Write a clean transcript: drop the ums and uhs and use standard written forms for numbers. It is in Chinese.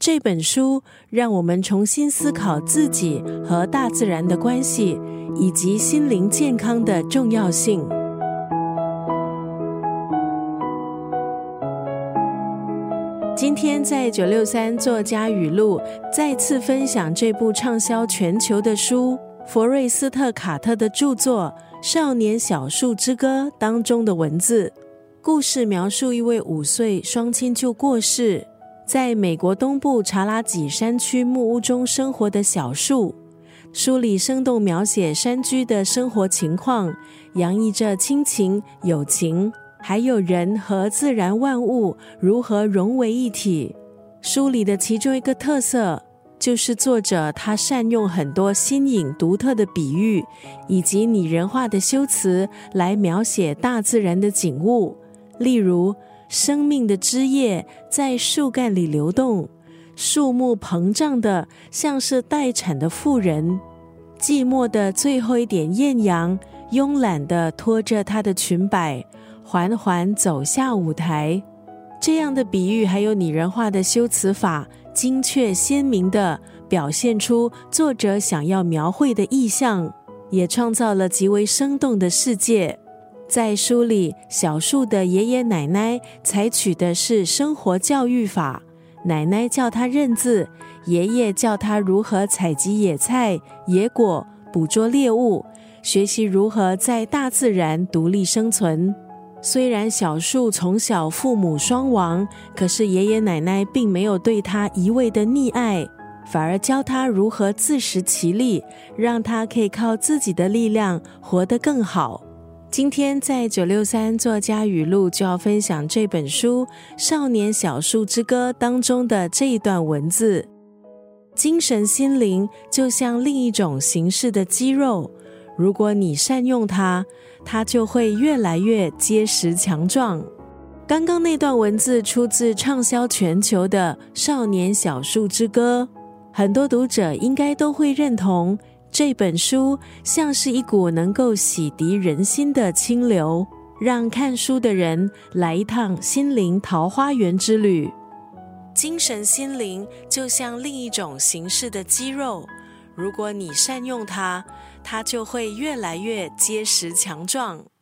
这本书让我们重新思考自己和大自然的关系，以及心灵健康的重要性。今天在963作家语录再次分享这部畅销全球的书，佛瑞斯特·卡特的著作《少年小树之歌》当中的文字。故事描述一位5岁双亲就过世，在美国东部查拉吉山区木屋中生活的小树。书里生动描写山居的生活情况，洋溢着亲情、友情，还有人和自然万物如何融为一体。书里的其中一个特色，就是作者他善用很多新颖独特的比喻，以及拟人化的修辞来描写大自然的景物。例如，生命的枝叶在树干里流动，树木膨胀的像是待产的妇人，寂寞的最后一点艳阳慵懒地拖着她的裙摆缓缓走下舞台。这样的比喻还有拟人化的修辞法，精确鲜明地表现出作者想要描绘的意象，也创造了极为生动的世界。在书里，小树的爷爷奶奶采取的是生活教育法，奶奶教他认字，爷爷教他如何采集野菜、野果，捕捉猎物，学习如何在大自然独立生存。虽然小树从小父母双亡，可是爷爷奶奶并没有对他一味的溺爱，反而教他如何自食其力，让他可以靠自己的力量活得更好。今天在963作家语录就要分享这本书《少年小树之歌》当中的这一段文字。精神心灵就像另一种形式的肌肉，如果你善用它，它就会越来越结实强壮。刚刚那段文字出自畅销全球的《少年小树之歌》，很多读者应该都会认同，这本书像是一股能够洗涤人心的清流，让看书的人来一趟心灵桃花源之旅。精神心灵就像另一种形式的肌肉，如果你善用它，它就会越来越结实强壮。